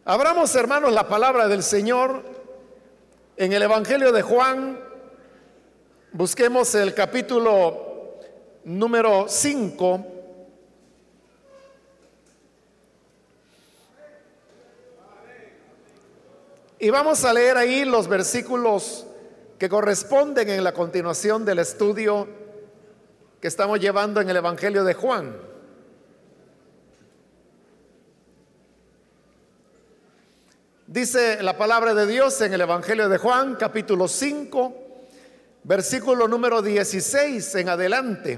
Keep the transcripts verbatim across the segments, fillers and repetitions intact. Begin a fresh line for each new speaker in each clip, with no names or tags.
Abramos, hermanos, la palabra del Señor en el Evangelio de Juan. Busquemos el capítulo número cinco. Y vamos a leer ahí los versículos que corresponden en la continuación del estudio que estamos llevando en el Evangelio de Juan. Dice la palabra de Dios en el Evangelio de Juan, capítulo cinco, versículo número dieciséis en adelante.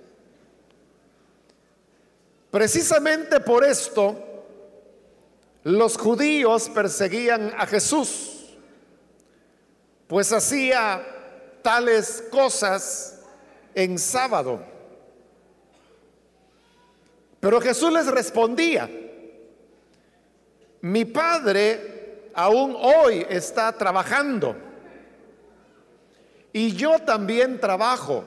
Precisamente por esto, los judíos perseguían a Jesús, pues hacía tales cosas en sábado. Pero Jesús les respondía: mi Padre aún hoy está trabajando y yo también trabajo.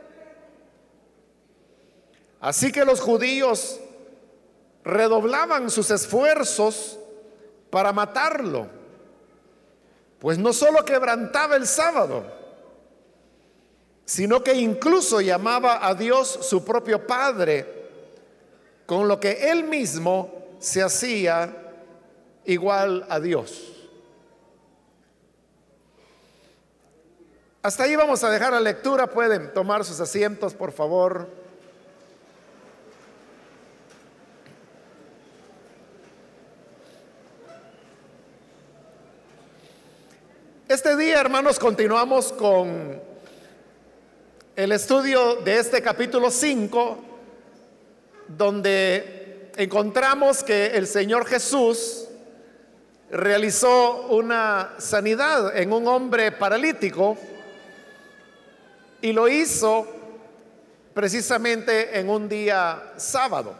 Así que los judíos redoblaban sus esfuerzos para matarlo, pues no solo quebrantaba el sábado, sino que incluso llamaba a Dios su propio Padre, con lo que él mismo se hacía igual a Dios. Hasta ahí vamos a dejar la lectura. Pueden tomar sus asientos, por favor. Este día, hermanos, continuamos con el estudio de este capítulo cinco, donde encontramos que el Señor Jesús realizó una sanidad en un hombre paralítico, y lo hizo precisamente en un día sábado.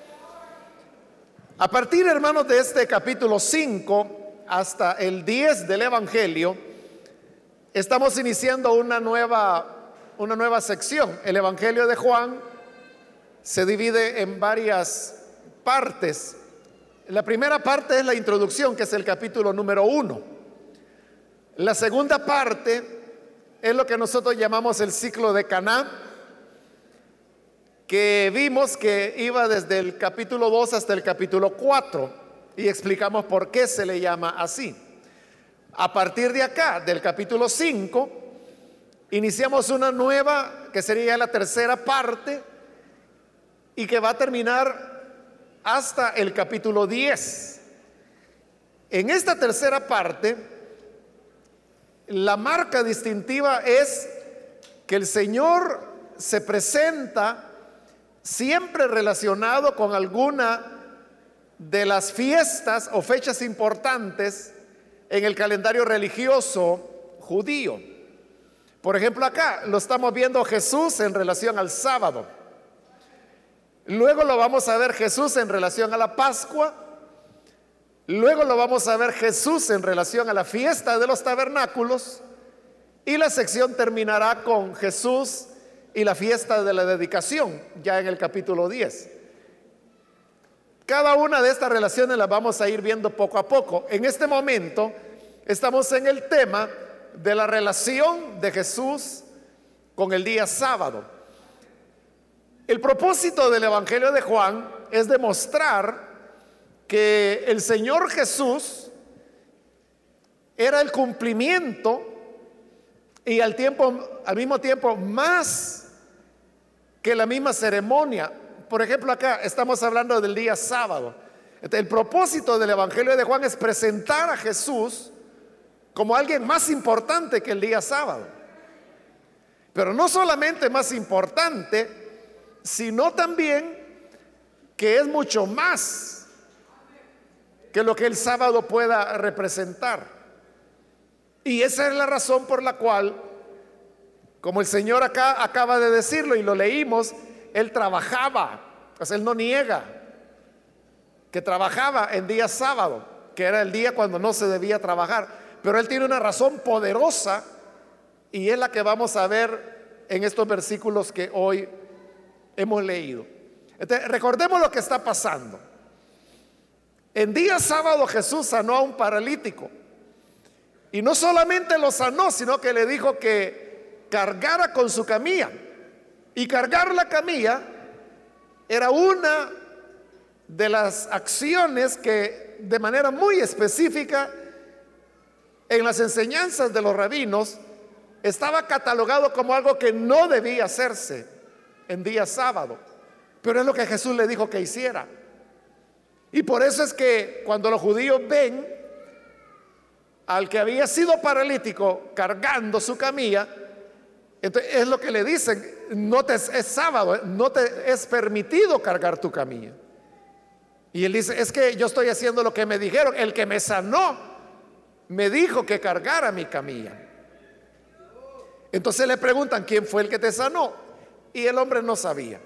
A partir, hermanos, de este capítulo cinco hasta el diez del Evangelio, estamos iniciando una nueva, una nueva sección. El Evangelio de Juan se divide en varias partes. La primera parte es la introducción, que es el capítulo número uno. La segunda parte es lo que nosotros llamamos el ciclo de Caná, que vimos que iba desde el capítulo dos hasta el capítulo cuatro, y explicamos por qué se le llama así. A partir de acá, del capítulo cinco, iniciamos una nueva, que sería la tercera parte, y que va a terminar hasta el capítulo diez. En esta tercera parte, la marca distintiva es que el Señor se presenta siempre relacionado con alguna de las fiestas o fechas importantes en el calendario religioso judío. Por ejemplo, acá lo estamos viendo Jesús en relación al sábado. Luego lo vamos a ver Jesús en relación a la Pascua. Luego lo vamos a ver Jesús en relación a la fiesta de los tabernáculos. Y la sección terminará con Jesús y la fiesta de la dedicación, ya en el capítulo diez. Cada una de estas relaciones las vamos a ir viendo poco a poco. En este momento estamos en el tema de la relación de Jesús con el día sábado. El propósito del Evangelio de Juan es demostrar que el Señor Jesús era el cumplimiento y al tiempo, al mismo tiempo, más que la misma ceremonia. Por ejemplo, acá estamos hablando del día sábado. El propósito del Evangelio de Juan es presentar a Jesús como alguien más importante que el día sábado. Pero no solamente más importante, sino también que es mucho más que lo que el sábado pueda representar. Y esa es la razón por la cual, como el Señor acá acaba de decirlo y lo leímos, él trabajaba. Pues él no niega que trabajaba en día sábado, que era el día cuando no se debía trabajar, pero él tiene una razón poderosa, y es la que vamos a ver en estos versículos que hoy hemos leído. Entonces, recordemos lo que está pasando. En día sábado Jesús sanó a un paralítico. Y no solamente lo sanó, sino que le dijo que cargara con su camilla. Y cargar la camilla era una de las acciones que de manera muy específica en las enseñanzas de los rabinos estaba catalogado como algo que no debía hacerse en día sábado. Pero es lo que Jesús le dijo que hiciera. Y por eso es que cuando los judíos ven al que había sido paralítico cargando su camilla, entonces es lo que le dicen: no te es sábado, no te es permitido cargar tu camilla. Y él dice: es que yo estoy haciendo lo que me dijeron, el que me sanó me dijo que cargara mi camilla. Entonces le preguntan: ¿quién fue el que te sanó? Y el hombre no sabía.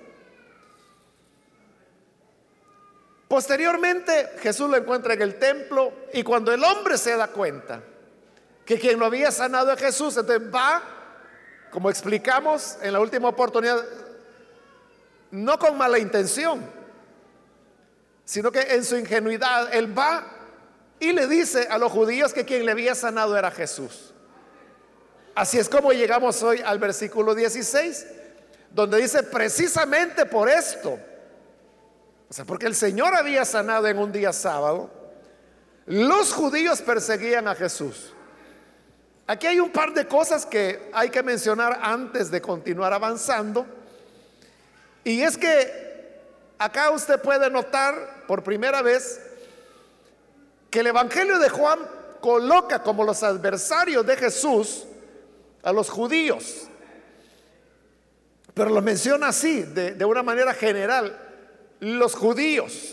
Posteriormente Jesús lo encuentra en el templo, y cuando el hombre se da cuenta que quien lo había sanado es Jesús, entonces va, como explicamos en la última oportunidad, no con mala intención, sino que en su ingenuidad él va y le dice a los judíos que quien le había sanado era Jesús. Así es como llegamos hoy al versículo dieciséis, donde dice: precisamente por esto, o sea, porque el Señor había sanado en un día sábado, los judíos perseguían a Jesús. Aquí hay un par de cosas que hay que mencionar antes de continuar avanzando. Y es que acá usted puede notar por primera vez que el Evangelio de Juan coloca como los adversarios de Jesús a los judíos, pero lo menciona así, de, de una manera general: los judíos.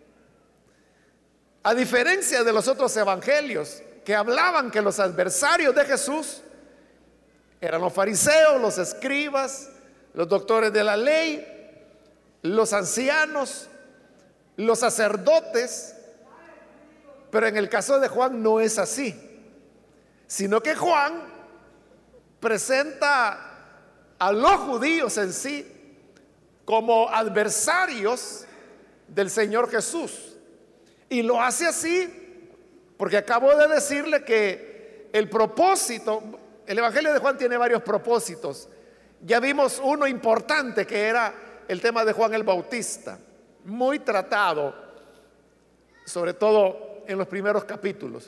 A diferencia de los otros evangelios que hablaban que los adversarios de Jesús eran los fariseos, los escribas, los doctores de la ley, los ancianos, los sacerdotes. Pero en el caso de Juan no es así, sino que Juan presenta a los judíos en sí como adversarios del Señor Jesús. Y lo hace así porque acabo de decirle que el propósito, el Evangelio de Juan tiene varios propósitos. Ya vimos uno importante, que era el tema de Juan el Bautista, muy tratado, sobre todo en los primeros capítulos.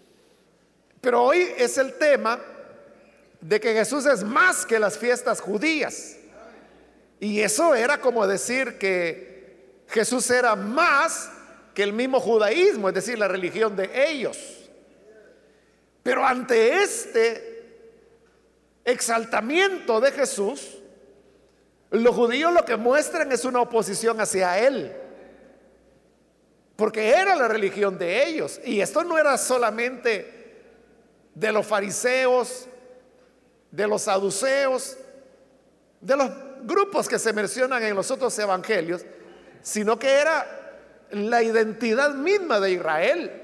Pero hoy es el tema de que Jesús es más que las fiestas judías. Y eso era como decir que Jesús era más que el mismo judaísmo, es decir, la religión de ellos. Pero ante este exaltamiento de Jesús, los judíos lo que muestran es una oposición hacia él, porque era la religión de ellos. Y esto no era solamente de los fariseos, de los saduceos, de los grupos que se mencionan en los otros evangelios, sino que era la identidad misma de Israel,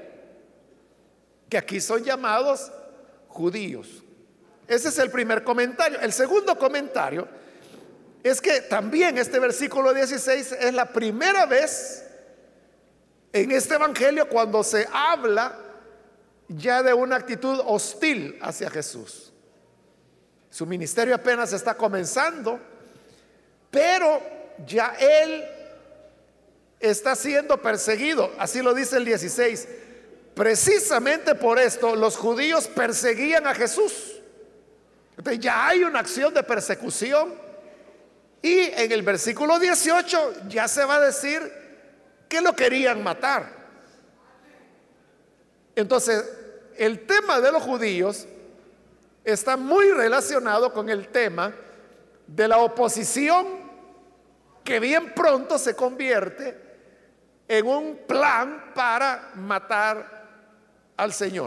que aquí son llamados judíos. Ese es el primer comentario. El segundo comentario es que también este versículo dieciséis es la primera vez en este evangelio cuando se habla ya de una actitud hostil hacia Jesús. Su ministerio apenas está comenzando, pero ya él está siendo perseguido. Así lo dice el dieciséis. Precisamente por esto los judíos perseguían a Jesús. Entonces ya hay una acción de persecución. Y en el versículo dieciocho ya se va a decir que lo querían matar. Entonces el tema de los judíos está muy relacionado con el tema de la oposición, que bien pronto se convierte en un plan para matar al Señor.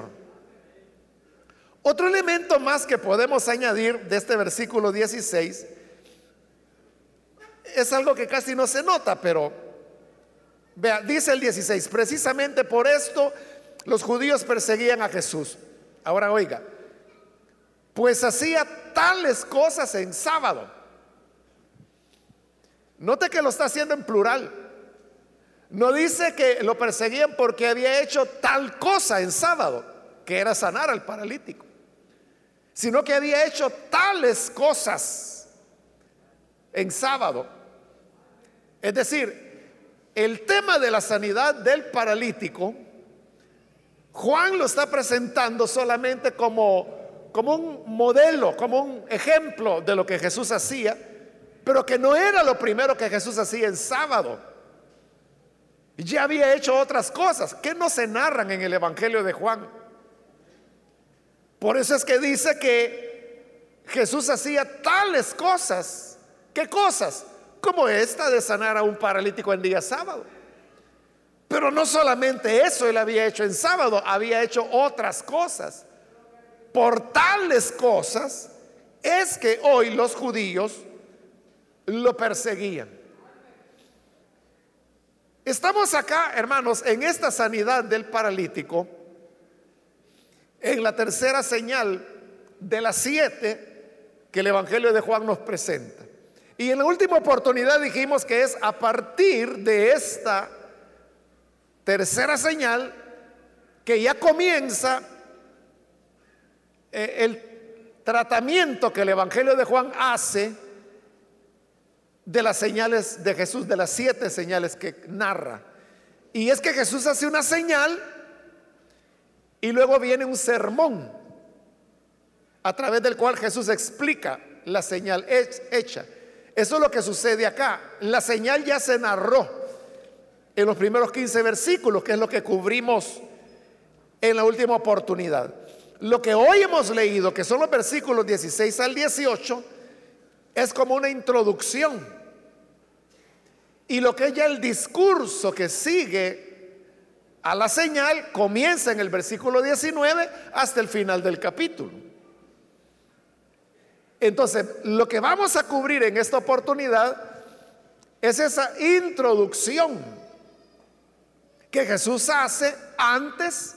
Otro elemento más que podemos añadir de este versículo dieciséis es algo que casi no se nota, pero vea, dice el dieciséis: precisamente por esto los judíos perseguían a Jesús. Ahora oiga, pues hacía tales cosas en sábado. Note que lo está haciendo en plural. No dice que lo perseguían porque había hecho tal cosa en sábado, que era sanar al paralítico, sino que había hecho tales cosas en sábado. Es decir, el tema de la sanidad del paralítico, Juan lo está presentando solamente como, como un modelo, como un ejemplo de lo que Jesús hacía, pero que no era lo primero que Jesús hacía en sábado. Ya había hecho otras cosas que no se narran en el Evangelio de Juan. Por eso es que dice que Jesús hacía tales cosas. ¿Qué cosas? Como esta de sanar a un paralítico en día sábado. Pero no solamente eso él había hecho en sábado, había hecho otras cosas. Por tales cosas es que hoy los judíos lo perseguían. Estamos acá, hermanos, en esta sanidad del paralítico, en la tercera señal de las siete que el Evangelio de Juan nos presenta. Y en la última oportunidad dijimos que es a partir de esta tercera señal que ya comienza eh, el tratamiento que el Evangelio de Juan hace de las señales de Jesús, de las siete señales que narra. Y es que Jesús hace una señal y luego viene un sermón a través del cual Jesús explica la señal hecha. Eso es lo que sucede acá. La señal ya se narró en los primeros quince versículos, que es lo que cubrimos en la última oportunidad. Lo que hoy hemos leído, que son los versículos dieciséis al dieciocho, es como una introducción. Y lo que es ya el discurso que sigue a la señal comienza en el versículo diecinueve hasta el final del capítulo. Entonces, lo que vamos a cubrir en esta oportunidad es esa introducción que Jesús hace antes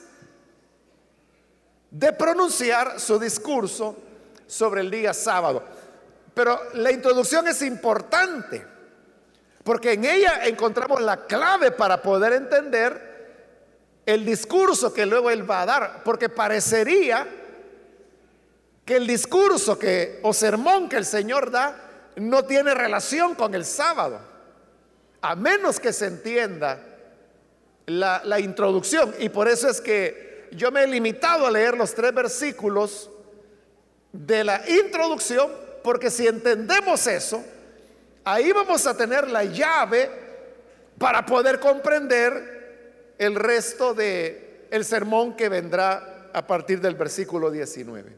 de pronunciar su discurso sobre el día sábado. Pero la introducción es importante, porque en ella encontramos la clave para poder entender el discurso que luego él va a dar, porque parecería que el discurso que, o sermón que el Señor da no tiene relación con el sábado, a menos que se entienda la, la introducción. Y por eso es que yo me he limitado a leer los tres versículos de la introducción, porque si entendemos eso, ahí vamos a tener la llave para poder comprender el resto de el sermón que vendrá a partir del versículo diecinueve.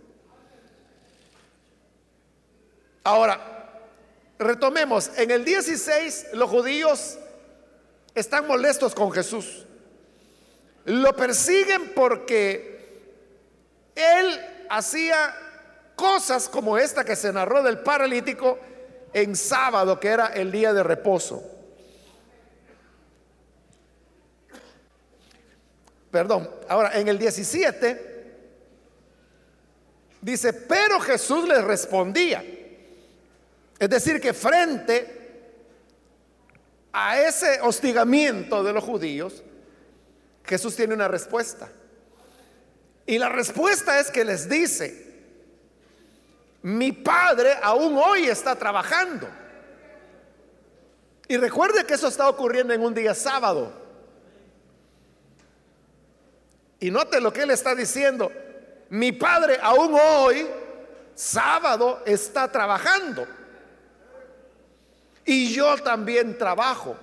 Ahora, retomemos. En el dieciséis, los judíos están molestos con Jesús. Lo persiguen porque él hacía cosas como esta que se narró del paralítico en sábado, que era el día de reposo. Perdón, ahora en el diecisiete dice, pero Jesús les respondía. Es decir, que frente a ese hostigamiento de los judíos, Jesús tiene una respuesta. Y la respuesta es que les dice: mi Padre aún hoy está trabajando. Y recuerde que eso está ocurriendo en un día sábado. Y note lo que él está diciendo: mi Padre aún hoy, sábado, está trabajando. Y yo también trabajo.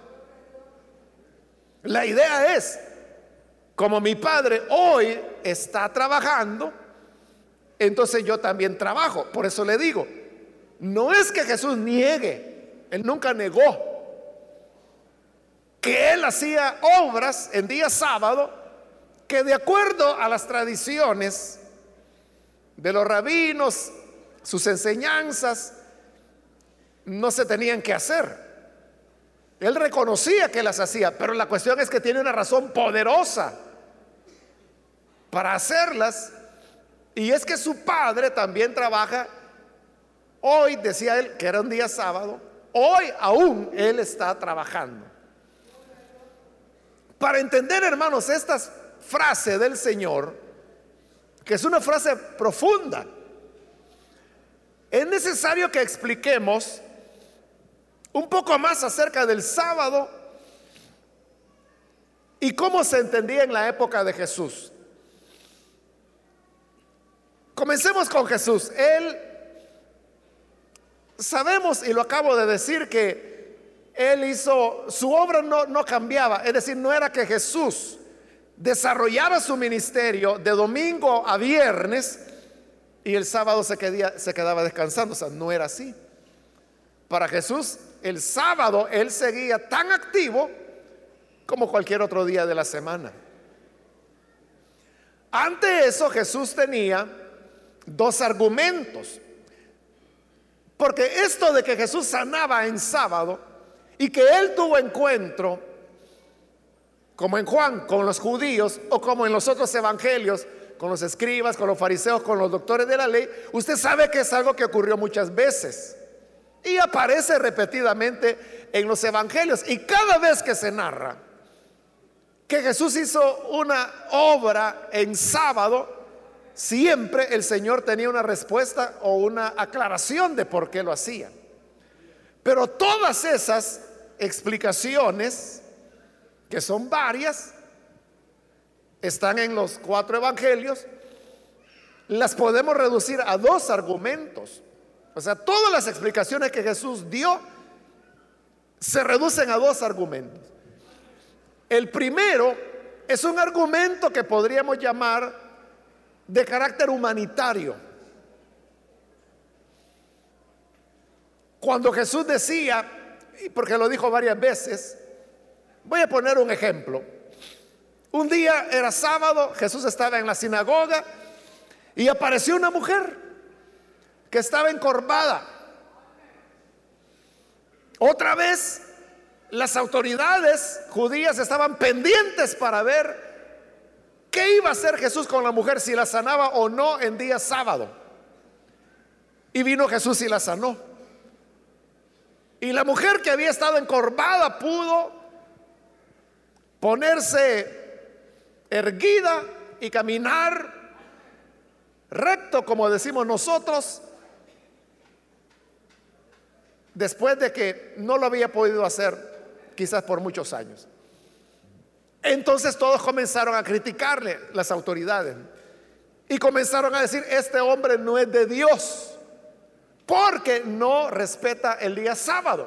La idea es, como mi Padre hoy está trabajando, entonces yo también trabajo. Por eso le digo, no es que Jesús niegue, él nunca negó que él hacía obras en día sábado que, de acuerdo a las tradiciones de los rabinos, sus enseñanzas, no se tenían que hacer. Él reconocía que las hacía, pero la cuestión es que tiene una razón poderosa para hacerlas. Y es que su Padre también trabaja. Hoy, decía él, que era un día sábado, hoy aún él está trabajando. Para entender, hermanos, esta frase del Señor, que es una frase profunda, es necesario que expliquemos un poco más acerca del sábado y cómo se entendía en la época de Jesús. Comencemos con Jesús. Él, sabemos, y lo acabo de decir, que Él hizo, su obra no, no cambiaba. Es decir, no era que Jesús desarrollaba su ministerio de domingo a viernes y el sábado se, quedía, se quedaba descansando. O sea, no era así. Para Jesús, el sábado Él seguía tan activo como cualquier otro día de la semana. Ante eso, Jesús tenía dos argumentos. Porque esto de que Jesús sanaba en sábado y que Él tuvo encuentro, como en Juan, con los judíos, o como en los otros evangelios, con los escribas, con los fariseos, con los doctores de la ley, usted sabe que es algo que ocurrió muchas veces y aparece repetidamente en los evangelios. Y cada vez que se narra que Jesús hizo una obra en sábado, siempre el Señor tenía una respuesta o una aclaración de por qué lo hacía. Pero todas esas explicaciones, que son varias, están en los cuatro evangelios, las podemos reducir a dos argumentos. O sea, todas las explicaciones que Jesús dio se reducen a dos argumentos. El primero es un argumento que podríamos llamar de carácter humanitario. Cuando Jesús decía, y porque lo dijo varias veces, voy a poner un ejemplo. Un día era sábado, Jesús estaba en la sinagoga y apareció una mujer que estaba encorvada. Otra vez, las autoridades judías estaban pendientes para ver qué iba a hacer Jesús con la mujer, si la sanaba o no en día sábado. Y vino Jesús y la sanó. Y la mujer que había estado encorvada pudo ponerse erguida y caminar recto, como decimos nosotros, después de que no lo había podido hacer quizás por muchos años. Entonces todos comenzaron a criticarle, las autoridades, y comenzaron a decir: este hombre no es de Dios, porque no respeta el día sábado.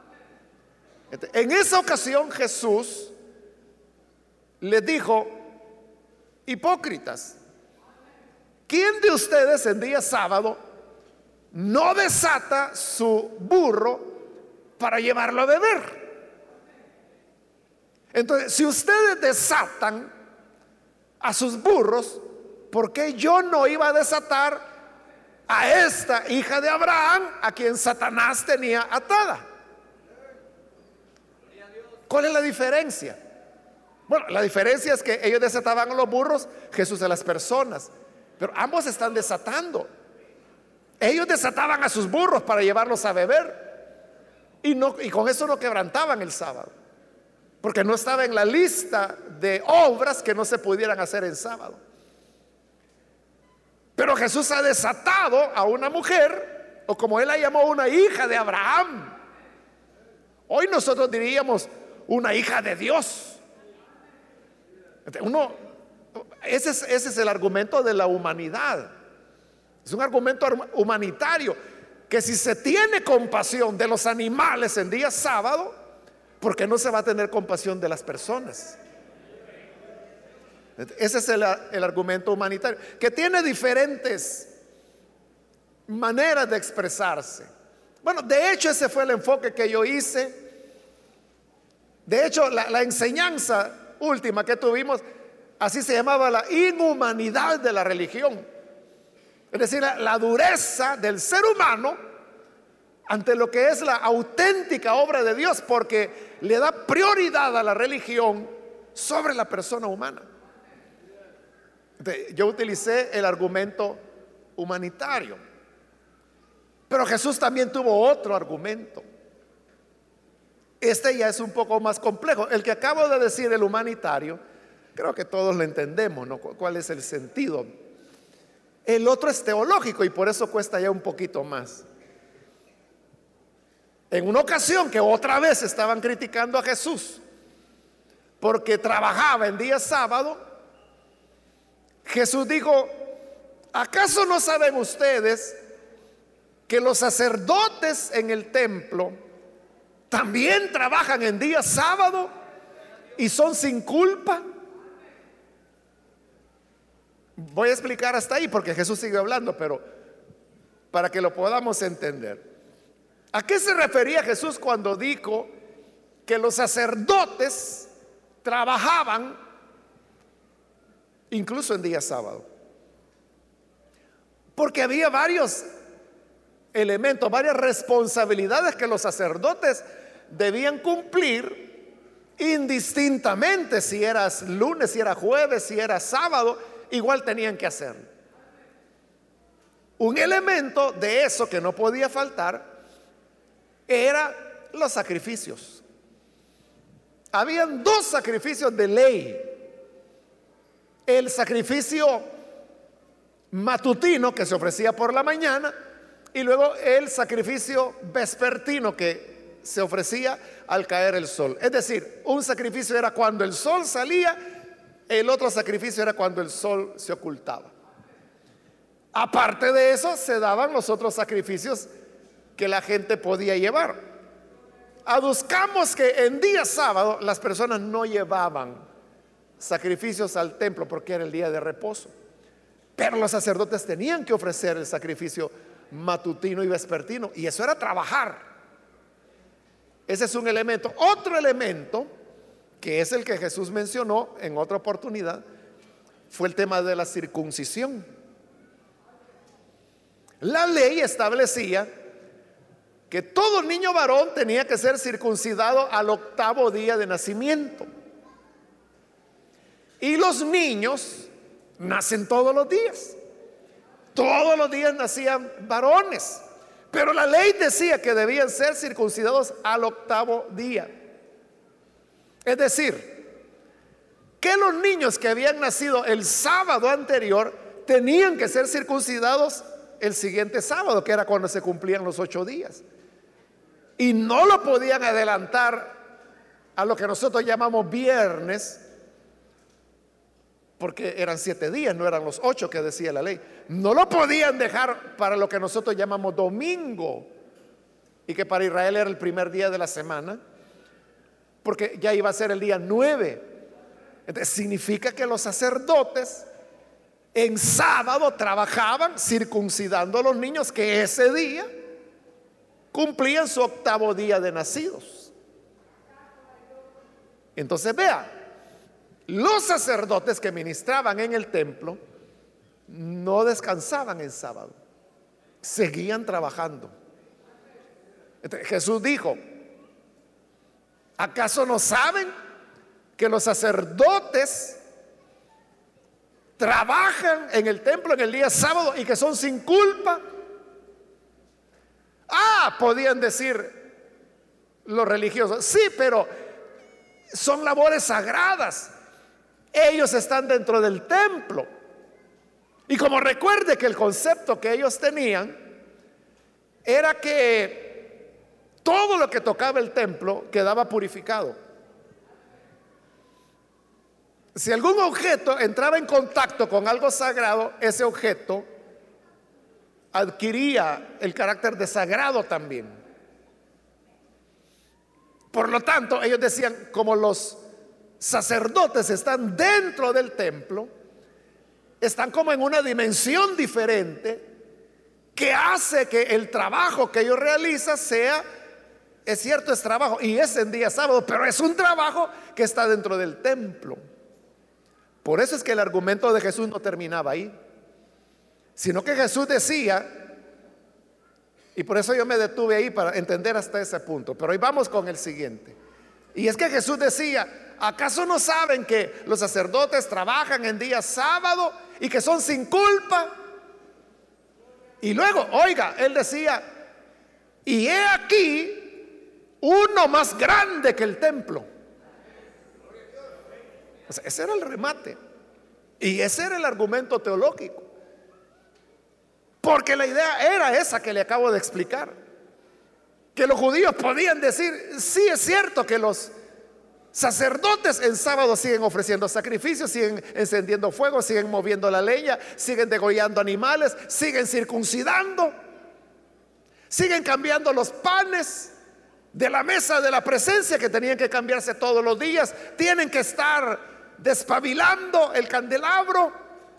En esa ocasión Jesús les dijo: hipócritas, ¿quién de ustedes en día sábado no desata su burro para llevarlo a beber? Entonces, si ustedes desatan a sus burros, ¿por qué yo no iba a desatar a esta hija de Abraham, a quien Satanás tenía atada? ¿Cuál es la diferencia? Bueno, la diferencia es que ellos desataban a los burros, Jesús a las personas, pero ambos están desatando. Ellos desataban a sus burros para llevarlos a beber y, no, y con eso no quebrantaban el sábado, porque no estaba en la lista de obras que no se pudieran hacer en sábado. Pero Jesús ha desatado a una mujer, o como él la llamó, una hija de Abraham. Hoy nosotros diríamos una hija de Dios. Uno, ese es, ese es el argumento de la humanidad. Es un argumento humanitario, que si se tiene compasión de los animales en día sábado, ¿por qué no se va a tener compasión de las personas? Ese es el, el argumento humanitario, que tiene diferentes maneras de expresarse. Bueno, de hecho ese fue el enfoque que yo hice. De hecho, la, la enseñanza última que tuvimos, así se llamaba: la inhumanidad de la religión. Es decir, la, la dureza del ser humano ante lo que es la auténtica obra de Dios, porque le da prioridad a la religión sobre la persona humana. Yo utilicé el argumento humanitario, pero Jesús también tuvo otro argumento. Este ya es un poco más complejo. El que acabo de decir, el humanitario, creo que todos lo entendemos, ¿no? ¿Cuál es el sentido? El otro es teológico y por eso cuesta ya un poquito más. En una ocasión que otra vez estaban criticando a Jesús porque trabajaba en día sábado, Jesús dijo: ¿acaso no saben ustedes que los sacerdotes en el templo también trabajan en día sábado y son sin culpa? Voy a explicar hasta ahí porque Jesús sigue hablando, pero para que lo podamos entender. ¿A qué se refería Jesús cuando dijo que los sacerdotes trabajaban incluso en día sábado? Porque había varios elementos, varias responsabilidades que los sacerdotes debían cumplir indistintamente, si era lunes, si era jueves, si era sábado, igual tenían que hacerlo. Un elemento de eso que no podía faltar era los sacrificios. Habían dos sacrificios de ley: el sacrificio matutino que se ofrecía por la mañana y luego el sacrificio vespertino que se ofrecía al caer el sol. Es decir, un sacrificio era cuando el sol salía, el otro sacrificio era cuando el sol se ocultaba. Aparte de eso, se daban los otros sacrificios que la gente podía llevar. Aduzcamos que en día sábado las personas no llevaban sacrificios al templo porque era el día de reposo, pero los sacerdotes tenían que ofrecer el sacrificio matutino y vespertino, y eso era trabajar. Ese es un elemento. Otro elemento, que es el que Jesús mencionó en otra oportunidad, fue el tema de la circuncisión. La ley establecía que todo niño varón tenía que ser circuncidado al octavo día de nacimiento. Y los niños nacen todos los días. Todos los días nacían varones, pero la ley decía que debían ser circuncidados al octavo día. Es decir, que los niños que habían nacido el sábado anterior tenían que ser circuncidados el siguiente sábado, que era cuando se cumplían los ocho días. Y no lo podían adelantar a lo que nosotros llamamos viernes, porque eran siete días, no eran los ocho que decía la ley. No lo podían dejar para lo que nosotros llamamos domingo, y que para Israel era el primer día de la semana, porque ya iba a ser el día nueve. Entonces significa que los sacerdotes en sábado trabajaban circuncidando a los niños que ese día cumplían su octavo día de nacidos. Entonces vea, los sacerdotes que ministraban en el templo no descansaban en sábado, seguían trabajando. Entonces, Jesús dijo: ¿acaso no saben que los sacerdotes trabajan en el templo en el día sábado y que son sin culpa? Ah, podían decir los religiosos: sí, pero son labores sagradas, ellos están dentro del templo. Y como recuerde que el concepto que ellos tenían era que todo lo que tocaba el templo quedaba purificado. Si algún objeto entraba en contacto con algo sagrado, ese objeto adquiría el carácter de sagrado también. Por lo tanto, ellos decían, como los sacerdotes están dentro del templo, están como en una dimensión diferente que hace que el trabajo que ellos realizan sea, es cierto, es trabajo y es en día sábado, pero es un trabajo que está dentro del templo. Por eso es que el argumento de Jesús no terminaba ahí, sino que Jesús decía, y por eso yo me detuve ahí para entender hasta ese punto, pero hoy vamos con el siguiente. Y es que Jesús decía: ¿acaso no saben que los sacerdotes trabajan en día sábado y que son sin culpa? Y luego, oiga, él decía: y he aquí uno más grande que el templo. O sea, ese era el remate. Y ese era el argumento teológico. Porque la idea era esa que le acabo de explicar. Que los judíos podían decir, sí es cierto que los sacerdotes en sábado siguen ofreciendo sacrificios, siguen encendiendo fuego, siguen moviendo la leña, siguen degollando animales, siguen circuncidando, siguen cambiando los panes de la mesa de la presencia, que tenían que cambiarse todos los días, tienen que estar despabilando el candelabro.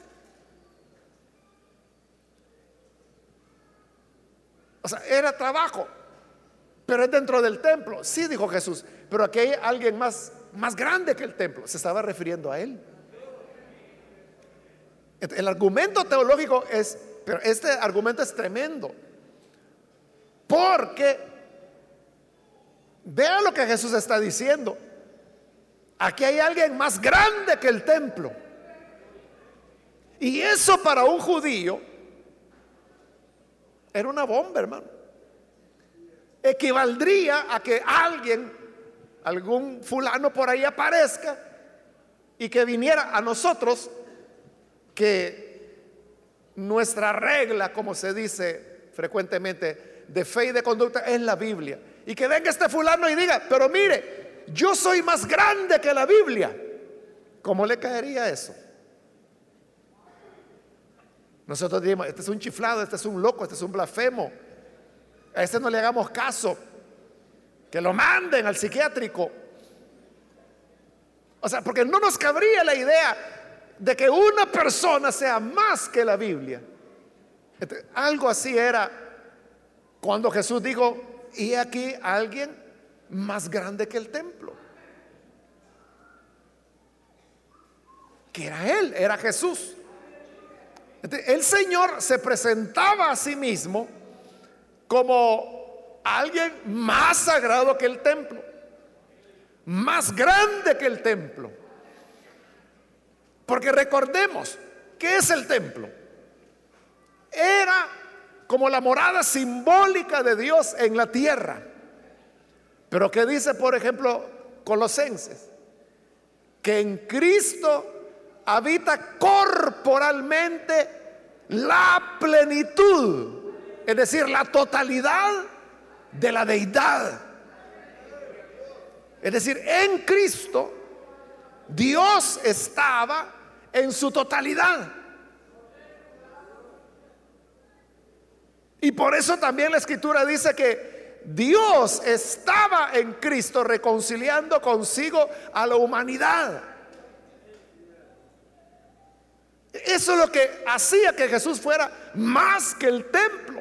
O sea, era trabajo, pero es dentro del templo. Sí, dijo Jesús, pero aquí hay alguien más, más grande que el templo. Se estaba refiriendo a él. El argumento teológico es, pero este argumento es tremendo, porque vea lo que Jesús está diciendo. Aquí hay alguien más grande que el templo. Y eso para un judío era una bomba, hermano. Equivaldría a que alguien, algún fulano por ahí aparezca y que viniera a nosotros, que nuestra regla, como se dice frecuentemente, de fe y de conducta es la Biblia, y que venga este fulano y diga, pero mire, yo soy más grande que la Biblia. ¿Cómo le caería eso? Nosotros diríamos, este es un chiflado, este es un loco, este es un blasfemo, a este no le hagamos caso, que lo manden al psiquiátrico. O sea, porque no nos cabría la idea de que una persona sea más que la Biblia. Entonces, algo así era cuando Jesús dijo, y aquí alguien más grande que el templo, que era él, era Jesús. Entonces, el Señor se presentaba a sí mismo como alguien más sagrado que el templo, más grande que el templo. Porque recordemos, ¿qué es el templo? Era como la morada simbólica de Dios en la tierra. Pero ¿qué dice, por ejemplo, Colosenses? Que en Cristo habita corporalmente la plenitud, es decir, la totalidad de la deidad. Es decir, en Cristo Dios estaba en su totalidad. Y por eso también la Escritura dice que Dios estaba en Cristo reconciliando consigo a la humanidad. Eso es lo que hacía que Jesús fuera más que el templo.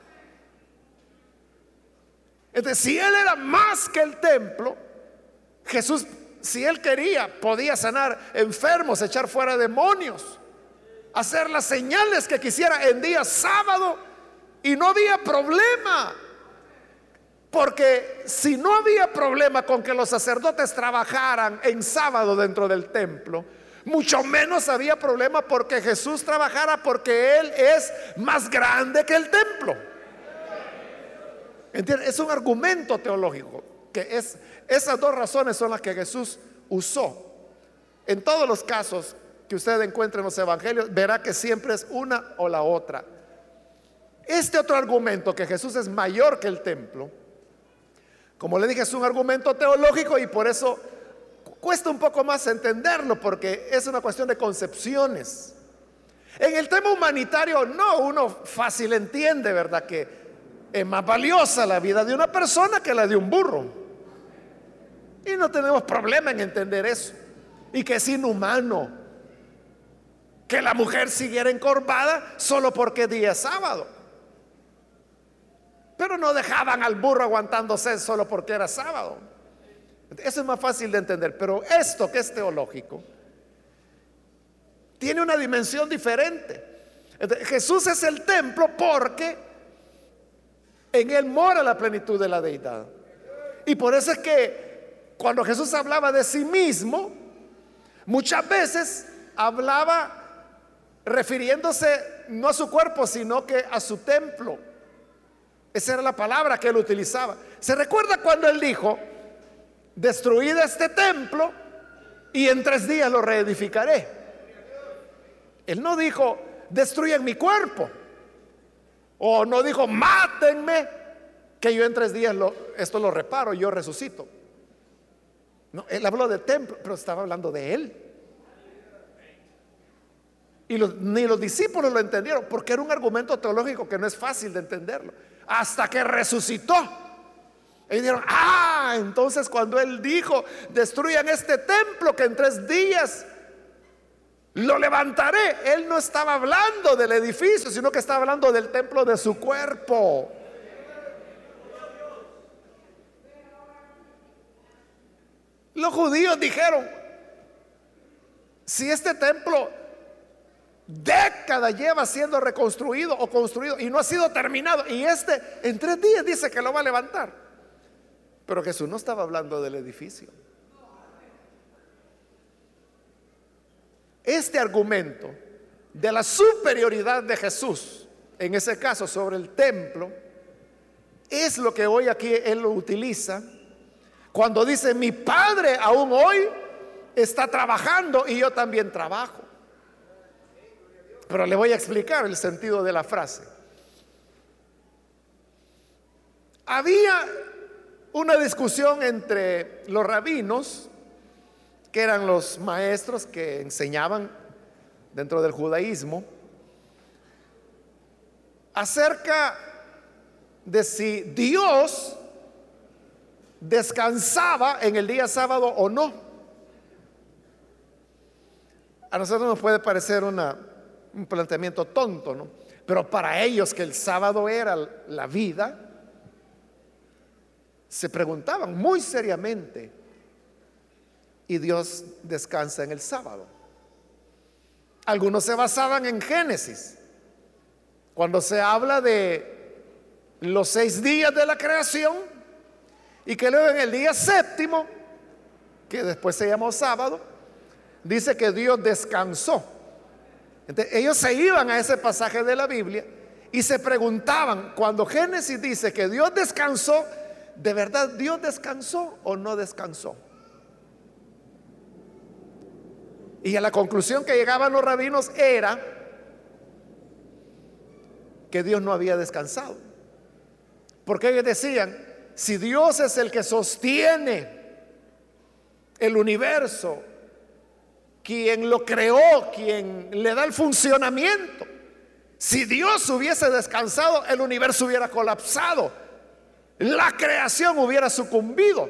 Entonces, si Él era más que el templo, Jesús, si Él quería, podía sanar enfermos, echar fuera demonios, hacer las señales que quisiera en día sábado, y no había problema. Porque si no había problema con que los sacerdotes trabajaran en sábado dentro del templo, mucho menos había problema porque Jesús trabajara, porque Él es más grande que el templo. ¿Entienden? Es un argumento teológico, que es, esas dos razones son las que Jesús usó. En todos los casos que usted encuentre en los evangelios, verá que siempre es una o la otra. Este otro argumento, que Jesús es mayor que el templo, como le dije, es un argumento teológico, y por eso cuesta un poco más entenderlo, porque es una cuestión de concepciones. En el tema humanitario, no, uno fácil entiende, ¿verdad?, que es más valiosa la vida de una persona que la de un burro, y no tenemos problema en entender eso. Y que es inhumano que la mujer siguiera encorvada solo porque es día sábado, pero no dejaban al burro aguantándose solo porque era sábado. Eso es más fácil de entender. Pero esto, que es teológico, tiene una dimensión diferente. Entonces, Jesús es el templo porque en Él mora la plenitud de la deidad. Y por eso es que cuando Jesús hablaba de sí mismo, muchas veces hablaba refiriéndose no a su cuerpo, sino que a su templo. Esa era la palabra que él utilizaba. ¿Se recuerda cuando él dijo: destruid este templo y en tres días lo reedificaré? Él no dijo: destruyan mi cuerpo, o no dijo: mátenme, que yo en tres días lo, esto lo reparo, yo resucito. No, él habló del templo, pero estaba hablando de él. Y los, ni los discípulos lo entendieron, porque era un argumento teológico que no es fácil de entenderlo, hasta que resucitó. Y dijeron: ah, entonces cuando él dijo: destruyan este templo que en tres días lo levantaré, él no estaba hablando del edificio, sino que estaba hablando del templo de su cuerpo. Los judíos dijeron: si este templo décadas lleva siendo reconstruido o construido y no ha sido terminado, y este en tres días dice que lo va a levantar. Pero Jesús no estaba hablando del edificio. Este argumento de la superioridad de Jesús, en ese caso sobre el templo, es lo que hoy aquí él lo utiliza cuando dice: mi Padre aún hoy está trabajando y yo también trabajo. Pero le voy a explicar el sentido de la frase. Había una discusión entre los rabinos, que eran los maestros que enseñaban dentro del judaísmo, acerca de si Dios descansaba en el día sábado o no. A nosotros nos puede parecer una, un planteamiento tonto, ¿no? Pero para ellos, que el sábado era la vida, se preguntaban muy seriamente: ¿y Dios descansa en el sábado? Algunos se basaban en Génesis, cuando se habla de los seis días de la creación, y que luego en el día séptimo, que después se llamó sábado, dice que Dios descansó. Entonces, ellos se iban a ese pasaje de la Biblia y se preguntaban: cuando Génesis dice que Dios descansó, ¿de verdad Dios descansó o no descansó? Y a la conclusión que llegaban los rabinos era que Dios no había descansado, porque ellos decían: si Dios es el que sostiene el universo, quien lo creó, quien le da el funcionamiento, si Dios hubiese descansado, el universo hubiera colapsado, la creación hubiera sucumbido.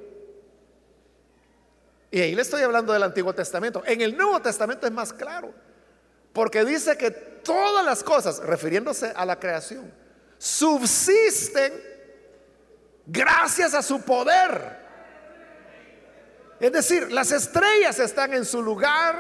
Y ahí le estoy hablando del Antiguo Testamento. En el Nuevo Testamento es más claro, porque dice que todas las cosas, refiriéndose a la creación, subsisten gracias a su poder. Es decir, las estrellas están en su lugar,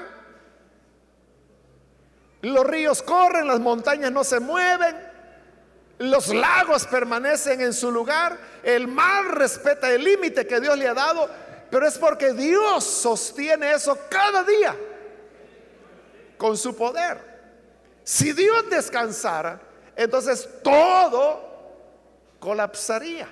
los ríos corren, las montañas no se mueven, los lagos permanecen en su lugar, el mar respeta el límite que Dios le ha dado, pero es porque Dios sostiene eso cada día con su poder. Si Dios descansara, entonces todo colapsaría.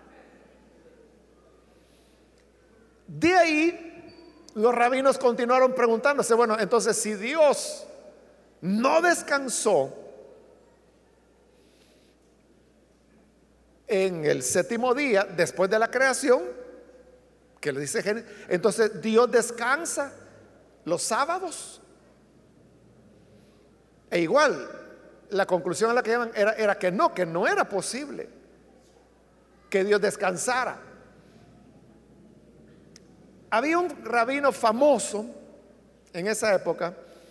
De ahí los rabinos continuaron preguntándose: bueno, entonces si Dios no descansó en el séptimo día después de la creación, que le dice Génesis, entonces Dios descansa los sábados. E igual, la conclusión a la que llegan era, era que no, que no era posible que Dios descansara. Había un rabino famoso en esa época,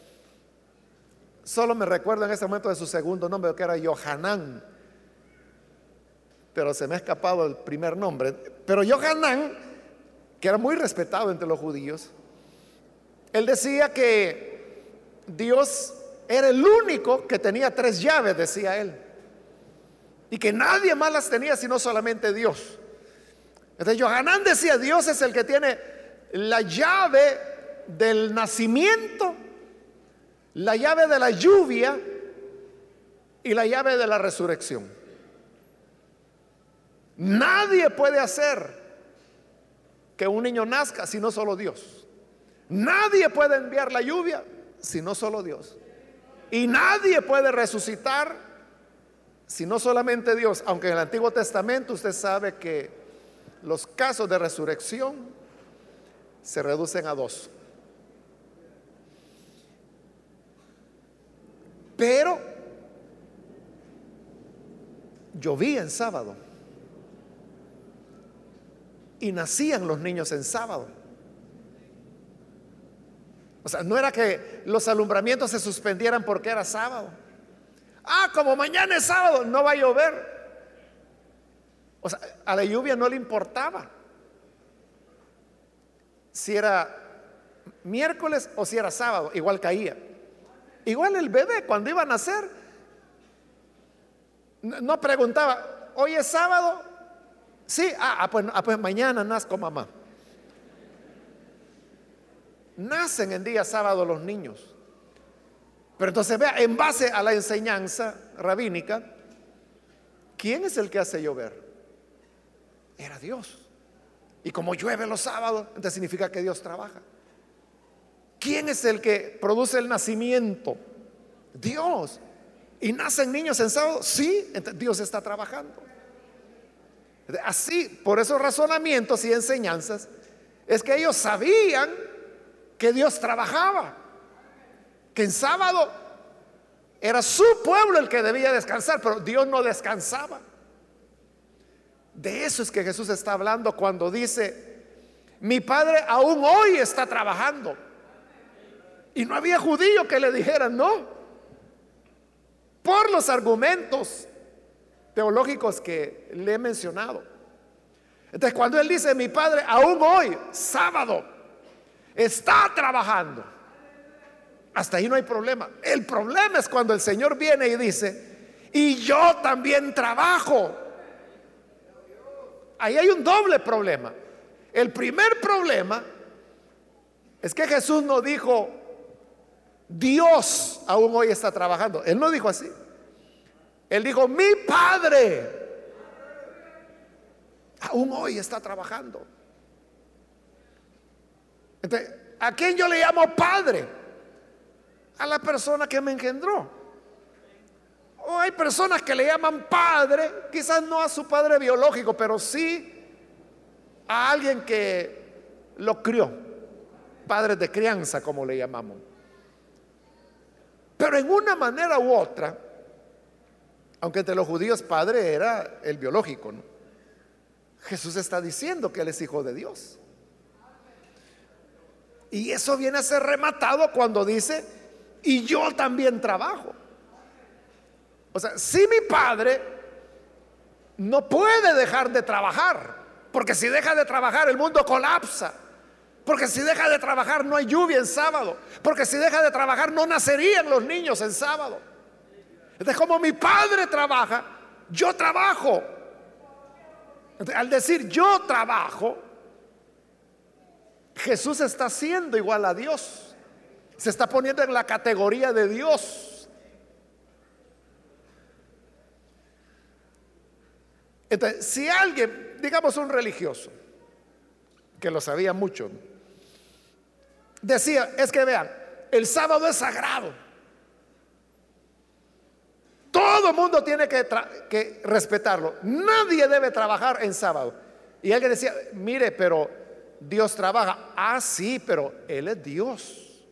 solo me recuerdo en ese momento de su segundo nombre, que era Yohanan, pero se me ha escapado el primer nombre. Pero Yohanan, que era muy respetado entre los judíos, él decía que Dios era el único que tenía tres llaves, decía él, y que nadie más las tenía sino solamente Dios. Entonces Yohanan decía: Dios es el que tiene la llave del nacimiento, la llave de la lluvia y la llave de la resurrección. Nadie puede hacer que un niño nazca sino solo Dios. Nadie puede enviar la lluvia sino solo Dios. Y nadie puede resucitar sino solamente Dios. Aunque en el Antiguo Testamento usted sabe que los casos de resurrección se reducen a dos. Pero llovía en sábado y nacían los niños en sábado. O sea, no era que los alumbramientos se suspendieran porque era sábado. Ah, como mañana es sábado, no va a llover. O sea, a la lluvia no le importaba si era miércoles o si era sábado, igual caía. Igual el bebé cuando iba a nacer no preguntaba, ¿hoy es sábado? Sí, ah, ah, pues, ah, pues mañana nazco mamá. Nacen en día sábado los niños. Pero entonces vea, en base a la enseñanza rabínica, ¿quién es el que hace llover? Era Dios. Y como llueve los sábados, entonces significa que Dios trabaja. ¿Quién es el que produce el nacimiento? Dios. ¿Y nacen niños en sábado? Sí, entonces Dios está trabajando. Así, por esos razonamientos y enseñanzas, es que ellos sabían que Dios trabajaba, que en sábado era su pueblo el que debía descansar, pero Dios no descansaba. De eso es que Jesús está hablando cuando dice, mi Padre aún hoy está trabajando. Y no había judío que le dijera no, por los argumentos teológicos que le he mencionado. Entonces cuando él dice, mi Padre aún hoy, sábado, está trabajando, hasta ahí no hay problema. El problema es cuando el Señor viene y dice, y yo también trabajo. Ahí hay un doble problema. El primer problema es que Jesús no dijo, Dios aún hoy está trabajando. Él no dijo así. Él dijo, mi Padre aún hoy está trabajando. Entonces, ¿a quién yo le llamo Padre? A la persona que me engendró. O hay personas que le llaman Padre, quizás no a su padre biológico, pero sí a alguien que lo crió. Padres de crianza, como le llamamos. Pero en una manera u otra, aunque entre los judíos padre era el biológico, ¿no? Jesús está diciendo que él es hijo de Dios. Y eso viene a ser rematado cuando dice, y yo también trabajo. O sea, si mi Padre no puede dejar de trabajar, porque si deja de trabajar el mundo colapsa. Porque si deja de trabajar no hay lluvia en sábado. Porque si deja de trabajar no nacerían los niños en sábado. Entonces, como mi Padre trabaja, yo trabajo. Entonces, al decir yo trabajo, Jesús está siendo igual a Dios. Se está poniendo en la categoría de Dios. Entonces, si alguien, digamos un religioso, que lo sabía mucho, decía, es que vean, el sábado es sagrado. Todo el mundo tiene que, que respetarlo. Nadie debe trabajar en sábado. Y alguien decía, mire, pero Dios trabaja. Ah, sí, pero Él es Dios.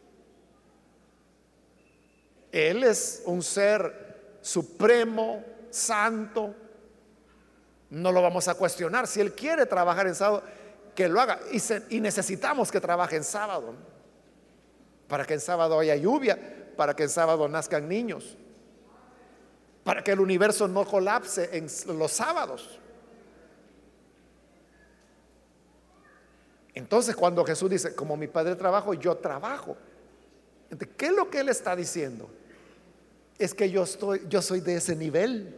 Él es un ser supremo, santo. No lo vamos a cuestionar. Si Él quiere trabajar en sábado, que lo haga. Y, se, y necesitamos que trabaje en sábado, para que en sábado haya lluvia, para que en sábado nazcan niños, para que el universo no colapse en los sábados. Entonces, cuando Jesús dice, como mi Padre trabajo, yo trabajo. Entonces, ¿qué es lo que Él está diciendo? Es que yo estoy, yo soy de ese nivel.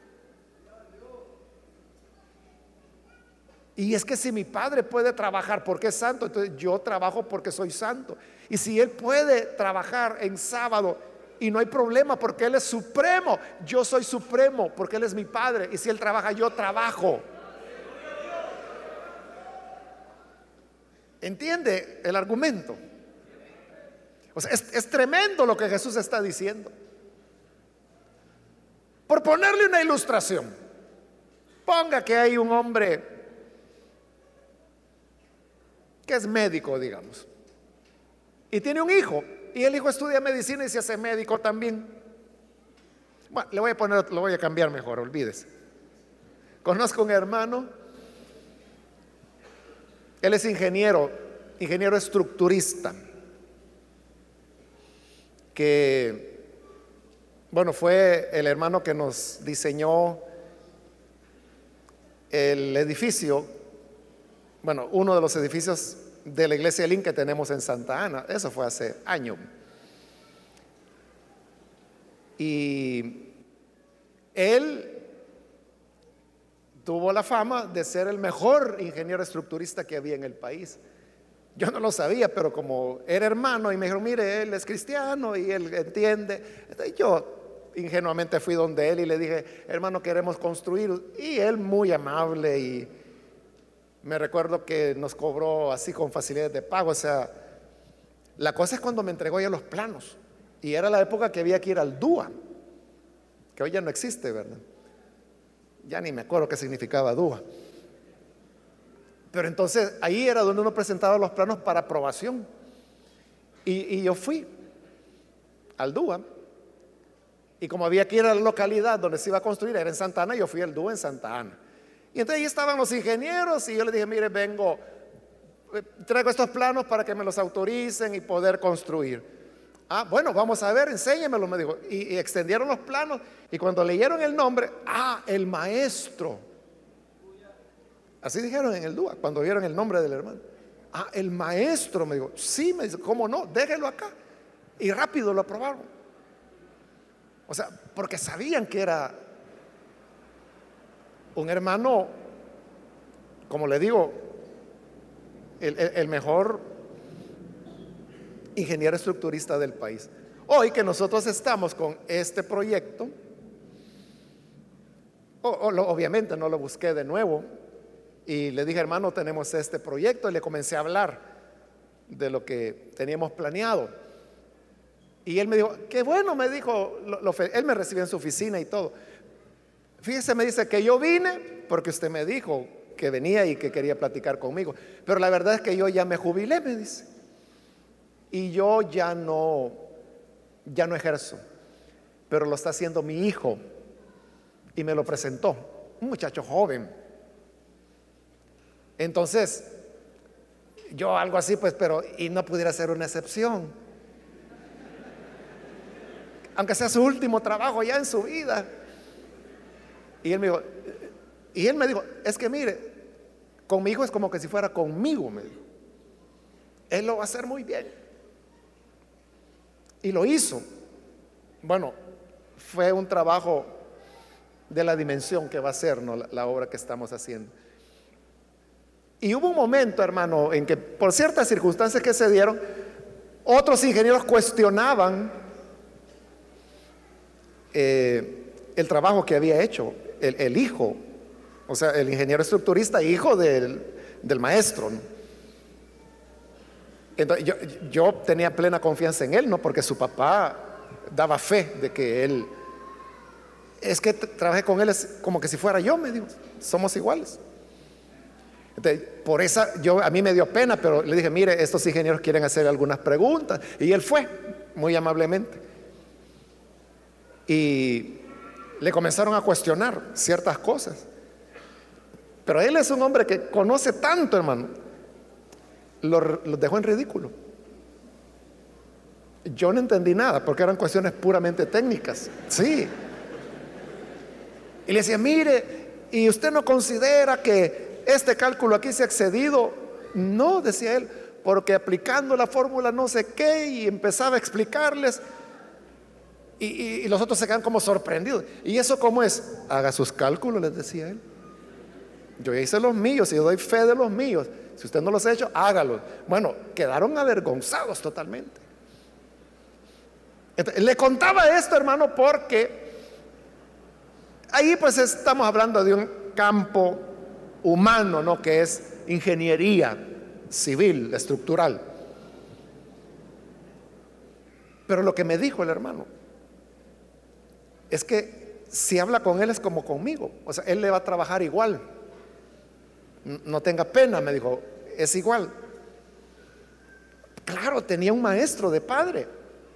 Y es que si mi Padre puede trabajar porque es santo, entonces yo trabajo porque soy santo. Y si Él puede trabajar en sábado y no hay problema porque Él es supremo, yo soy supremo porque Él es mi Padre. Y si Él trabaja, yo trabajo. ¿Entiende el argumento? O sea, es, es tremendo lo que Jesús está diciendo. Por ponerle una ilustración, ponga que hay un hombre que es médico, digamos, y tiene un hijo, y el hijo estudia medicina y se hace médico también. Bueno, le voy a poner, lo voy a cambiar mejor, olvídese. Conozco un hermano, él es ingeniero, ingeniero estructurista, que, bueno, fue el hermano que nos diseñó el edificio, bueno, uno de los edificios de la iglesia Elín que tenemos en Santa Ana. Eso fue hace años. Y él tuvo la fama de ser el mejor ingeniero estructurista que había en el país. Yo no lo sabía, pero como era hermano y me dijeron, mire, él es cristiano y él entiende. Entonces yo ingenuamente fui donde él y le dije, hermano, queremos construir. Y él muy amable, y me recuerdo que nos cobró así con facilidades de pago. O sea, la cosa es cuando me entregó ya los planos. Y era la época que había que ir al D U A, que hoy ya no existe, ¿verdad? Ya ni me acuerdo qué significaba D U A. Pero entonces ahí era donde uno presentaba los planos para aprobación. Y, y yo fui al D U A. Y como había que ir a la localidad donde se iba a construir, era en Santa Ana, yo fui al D U A en Santa Ana. Y entonces ahí estaban los ingenieros y yo les dije, mire, vengo, traigo estos planos para que me los autoricen y poder construir. Ah, bueno, vamos a ver, enséñemelo, me dijo. Y, y extendieron los planos, y cuando leyeron el nombre, ah, el maestro. Así dijeron en el D U A, cuando vieron el nombre del hermano. Ah, el maestro, me dijo. Sí, me dice, ¿cómo no? Déjelo acá. Y rápido lo aprobaron. O sea, porque sabían que era un hermano, como le digo, el, el, el mejor ingeniero estructurista del país. Hoy que nosotros estamos con este proyecto, o, o, lo, obviamente no lo busqué de nuevo, y le dije, hermano, tenemos este proyecto, y le comencé a hablar de lo que teníamos planeado. Y él me dijo, qué bueno, me dijo, lo, lo, él me recibió en su oficina y todo. Fíjese, me dice que yo vine porque usted me dijo que venía y que quería platicar conmigo, pero la verdad es que yo ya me jubilé, me dice, y yo ya no, ya no ejerzo, pero lo está haciendo mi hijo, y me lo presentó, un muchacho joven. Entonces, yo algo así, pues, pero, y no pudiera ser una excepción, aunque sea su último trabajo ya en su vida. Y él me dijo, y él me dijo, es que mire, con mi hijo es como que si fuera conmigo, me dijo. Él lo va a hacer muy bien. Y lo hizo. Bueno, fue un trabajo de la dimensión que va a ser, ¿no?, la, la obra que estamos haciendo. Y hubo un momento, hermano, en que por ciertas circunstancias que se dieron, otros ingenieros cuestionaban eh, el trabajo que había hecho el, el hijo, o sea, el ingeniero estructurista, hijo del, del maestro, ¿no? Entonces, yo, yo tenía plena confianza en él, ¿no? Porque su papá daba fe de que él, es que trabajé con él, es como que si fuera yo, me dijo, somos iguales. Entonces, por esa, yo, a mí me dio pena, pero le dije, mire, estos ingenieros quieren hacer algunas preguntas, y él fue, muy amablemente, y le comenzaron a cuestionar ciertas cosas, pero él es un hombre que conoce tanto, hermano, lo, lo dejó en ridículo. Yo no entendí nada, porque eran cuestiones puramente técnicas, sí, y le decía, mire, ¿y usted no considera que este cálculo aquí se ha excedido? No, decía él, porque aplicando la fórmula no sé qué, y empezaba a explicarles, y, y, y los otros se quedan como sorprendidos. ¿Y eso cómo es? Haga sus cálculos, les decía él. Yo ya hice los míos y yo doy fe de los míos. Si usted no los ha hecho, hágalos. Bueno, quedaron avergonzados totalmente. Entonces, le contaba esto, hermano, porque ahí pues estamos hablando de un campo humano, ¿no?, que es ingeniería. civil, estructural. Pero lo que me dijo el hermano es que si habla con él es como conmigo, o sea, él le va a trabajar igual. No tenga pena, me dijo, es igual. Claro, tenía un maestro de padre.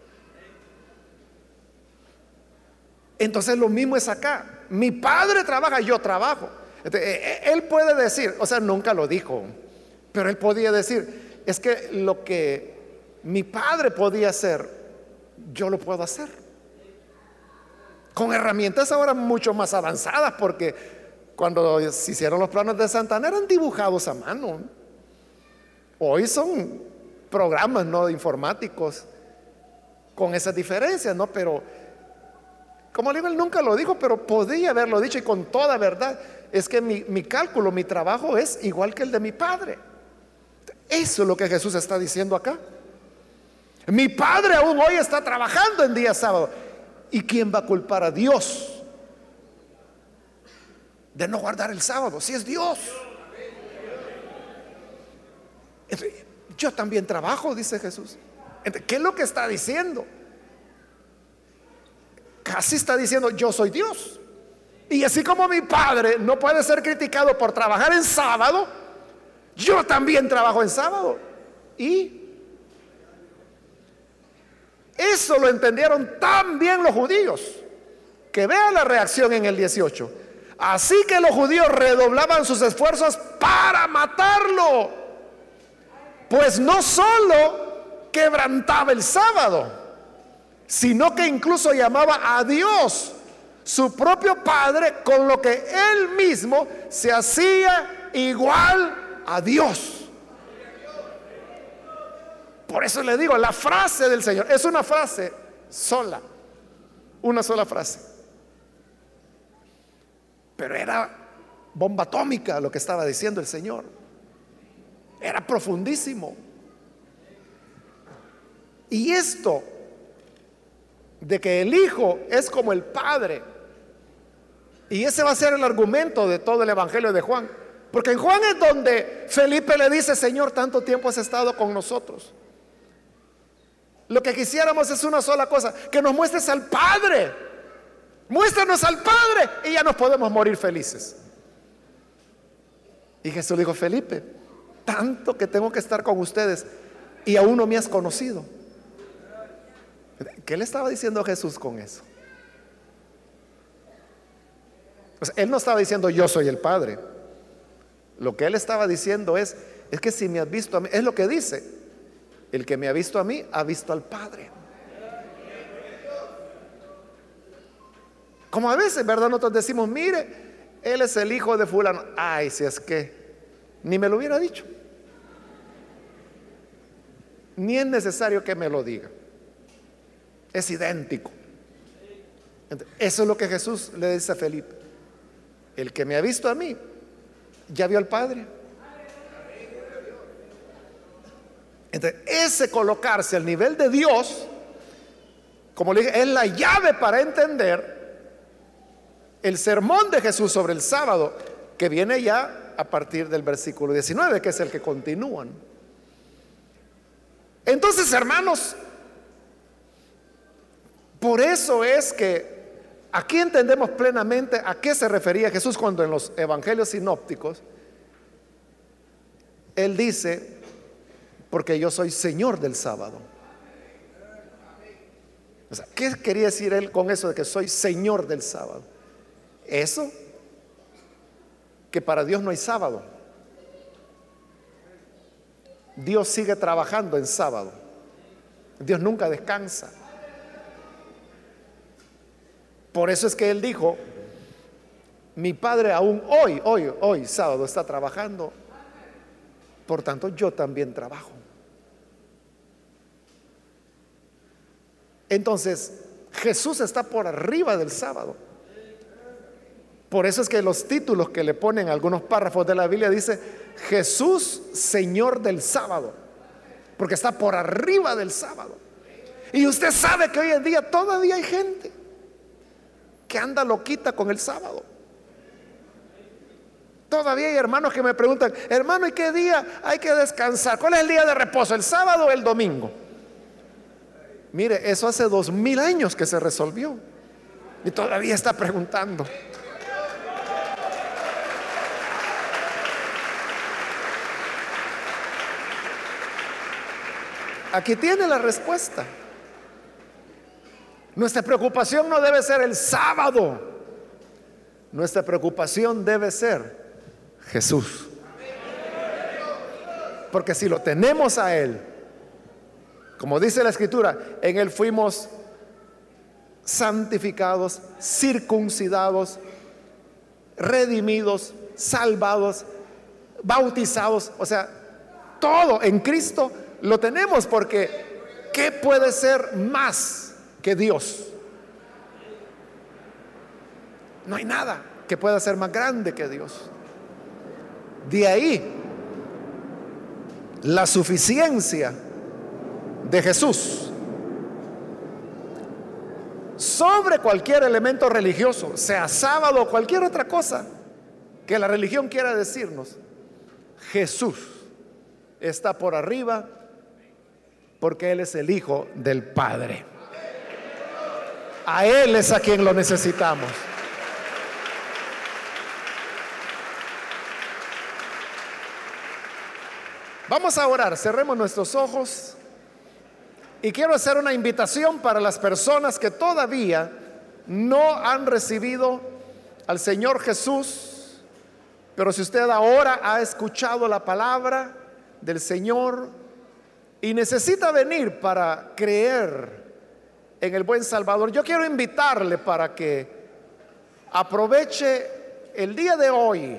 Entonces lo mismo es acá. Mi padre trabaja, yo trabajo. Entonces, él puede decir, o sea, nunca lo dijo, pero él podía decir, es que lo que mi padre podía hacer, yo lo puedo hacer. Con herramientas ahora mucho más avanzadas, porque cuando se hicieron los planos de Santana eran dibujados a mano. Hoy son programas, ¿no?, informáticos, con esas diferencias, ¿no? Pero, como le digo, él nunca lo dijo, pero podía haberlo dicho, y con toda verdad. Es que mi, mi cálculo, mi trabajo es igual que el de mi padre. Eso es lo que Jesús está diciendo acá. Mi padre aún hoy está trabajando en día sábado. ¿Y quién va a culpar a Dios de no guardar el sábado? Si es Dios. Entonces, yo también trabajo, dice Jesús. Entonces, ¿qué es lo que está diciendo? Casi está diciendo, yo soy Dios. Y así como mi padre no puede ser criticado por trabajar en sábado, yo también trabajo en sábado. Y eso lo entendieron tan bien los judíos, que vean la reacción en el dieciocho. Así que los judíos redoblaban sus esfuerzos para matarlo, pues no solo quebrantaba el sábado, sino que incluso llamaba a Dios su propio Padre, con lo que él mismo se hacía igual a Dios. Por eso le digo, la frase del Señor es una frase sola, una sola frase, pero era bomba atómica lo que estaba diciendo el Señor. Era profundísimo. Y esto de que el Hijo es como el Padre, y ese va a ser el argumento de todo el Evangelio de Juan, porque en Juan es donde Felipe le dice, Señor, tanto tiempo has estado con nosotros, lo que quisiéramos es una sola cosa, que nos muestres al Padre, muéstranos al Padre y ya nos podemos morir felices. Y Jesús dijo, Felipe, tanto que tengo que estar con ustedes y aún no me has conocido. ¿Qué le estaba diciendo Jesús con eso? O sea, él no estaba diciendo yo soy el Padre. Lo que él estaba diciendo es, es que si me has visto a mí, es lo que dice, el que me ha visto a mí, ha visto al Padre. Como a veces, ¿verdad? Nosotros decimos, mire, él es el hijo de fulano. Ay, si es que ni me lo hubiera dicho, ni es necesario que me lo diga, es idéntico. Entonces, eso es lo que Jesús le dice a Felipe, el que me ha visto a mí, ya vio al Padre. Entonces, ese colocarse al nivel de Dios, como le dije, es la llave para entender el sermón de Jesús sobre el sábado, que viene ya a partir del versículo diecinueve, que es el que continúan. Entonces, hermanos, por eso es que aquí entendemos plenamente a qué se refería Jesús cuando en los evangelios sinópticos él dice, porque yo soy Señor del sábado. O sea, ¿qué quería decir él con eso de que soy Señor del sábado? Eso, que para Dios no hay sábado. Dios sigue trabajando en sábado. Dios nunca descansa. Por eso es que él dijo, mi Padre aún hoy, hoy, hoy, sábado, está trabajando. Por tanto, yo también trabajo. Entonces, Jesús está por arriba del sábado. Por eso es que los títulos que le ponen a algunos párrafos de la Biblia dice Jesús, Señor del sábado, porque está por arriba del sábado. Y usted sabe que hoy en día todavía hay gente que anda loquita con el sábado. Todavía hay hermanos que me preguntan: hermano, ¿y qué día hay que descansar? ¿Cuál es el día de reposo? ¿El sábado o el domingo? Mire, eso hace dos mil años que se resolvió y todavía está preguntando. Aquí tiene la respuesta. Nuestra preocupación no debe ser el sábado. Nuestra preocupación debe ser Jesús. Porque si lo tenemos a Él, como dice la Escritura, en Él fuimos santificados, circuncidados, redimidos, salvados, bautizados. O sea, todo en Cristo lo tenemos, porque ¿qué puede ser más que Dios? No hay nada que pueda ser más grande que Dios. De ahí la suficiencia de Jesús sobre cualquier elemento religioso, sea sábado o cualquier otra cosa que la religión quiera decirnos. Jesús está por arriba, porque Él es el Hijo del Padre. A Él es a quien lo necesitamos. Vamos a orar, cerremos nuestros ojos. Y quiero hacer una invitación para las personas que todavía no han recibido al Señor Jesús. Pero si usted ahora ha escuchado la palabra del Señor y necesita venir para creer en el buen Salvador, yo quiero invitarle para que aproveche el día de hoy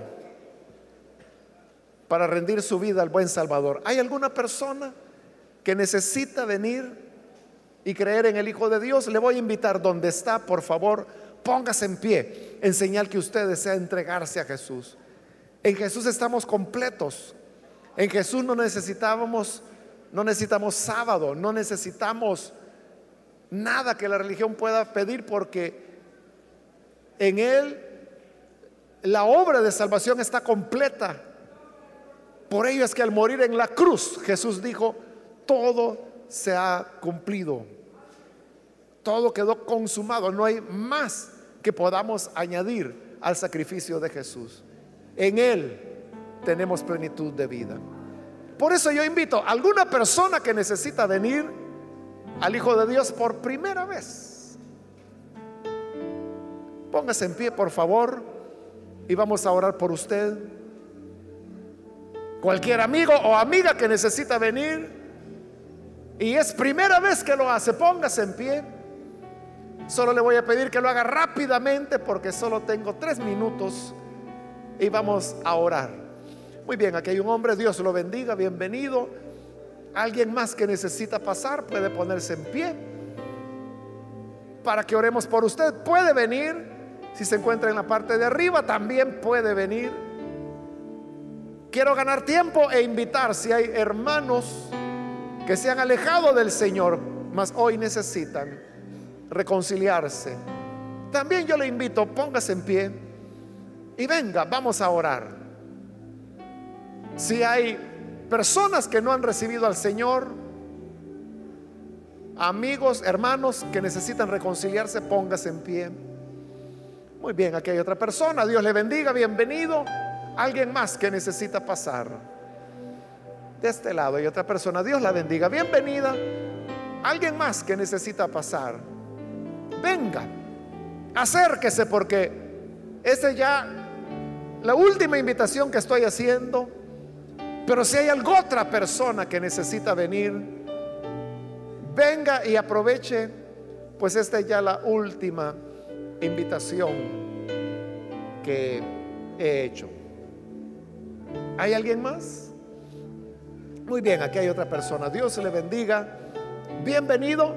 para rendir su vida al buen Salvador. ¿Hay alguna persona que necesita venir y creer en el Hijo de Dios? Le voy a invitar, donde está, por favor, póngase en pie en señal que usted desea entregarse a Jesús. En Jesús estamos completos. En Jesús no necesitábamos, no necesitamos sábado, no necesitamos nada que la religión pueda pedir, porque en Él la obra de salvación está completa. Por ello es que al morir en la cruz, Jesús dijo: todo se ha cumplido, todo quedó consumado. No hay más que podamos añadir al sacrificio de Jesús. En Él tenemos plenitud de vida. Por eso yo invito a alguna persona que necesita venir al Hijo de Dios por primera vez. Póngase en pie, por favor, y vamos a orar por usted. Cualquier amigo o amiga que necesita venir y es primera vez que lo hace, póngase en pie. Solo le voy a pedir que lo haga rápidamente, porque solo tengo tres minutos y vamos a orar. Muy bien, aquí hay un hombre, Dios lo bendiga, bienvenido. Alguien más que necesita pasar puede ponerse en pie para que oremos por usted. Puede venir, si se encuentra en la parte de arriba, también puede venir. Quiero ganar tiempo e invitar, si hay hermanos que se han alejado del Señor, mas hoy necesitan reconciliarse, también yo le invito, póngase en pie y venga, vamos a orar. Si hay personas que no han recibido al Señor, amigos, hermanos que necesitan reconciliarse, póngase en pie. Muy bien, aquí hay otra persona, Dios le bendiga, bienvenido. Alguien más que necesita pasar. De este lado hay otra persona, Dios la bendiga, bienvenida. Alguien más que necesita pasar, venga, acérquese, porque esa es ya la última invitación que estoy haciendo. Pero si hay alguna otra persona que necesita venir, venga y aproveche, pues esta es ya la última invitación que he hecho. ¿Hay alguien más? Muy bien, aquí hay otra persona, Dios le bendiga, bienvenido.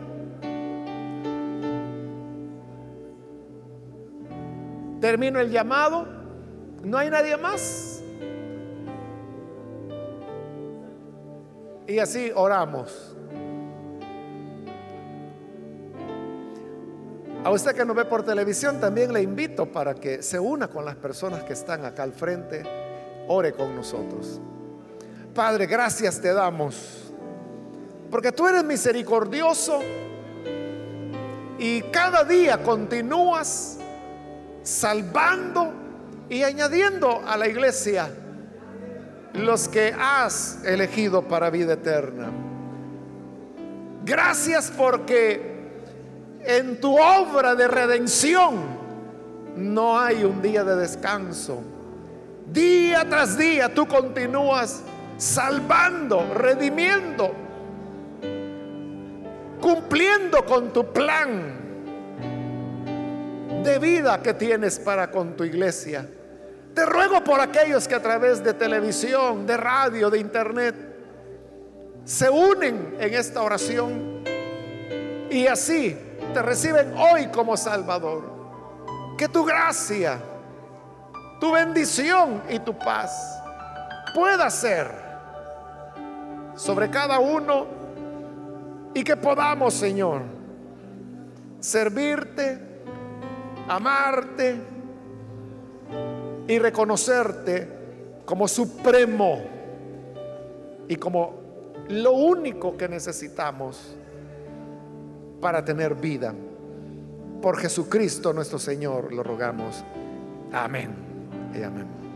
Termino el llamado. ¿No hay nadie más? Y así oramos. A usted que nos ve por televisión, también le invito para que se una con las personas que están acá al frente ore con nosotros. Padre, gracias te damos, porque tú eres misericordioso y cada día continúas salvando y añadiendo a la iglesia los que has elegido para vida eterna. Gracias porque en tu obra de redención no hay un día de descanso. Día tras día tú continúas salvando, redimiendo, cumpliendo con tu plan de vida que tienes para con tu iglesia. Te ruego por aquellos que a través de televisión, de radio, de internet se unen en esta oración y así te reciben hoy como Salvador. Que tu gracia, tu bendición y tu paz pueda ser sobre cada uno, y que podamos, Señor, servirte, amarte y reconocerte como supremo y como lo único que necesitamos para tener vida. Por Jesucristo nuestro Señor lo rogamos. Amén y amén.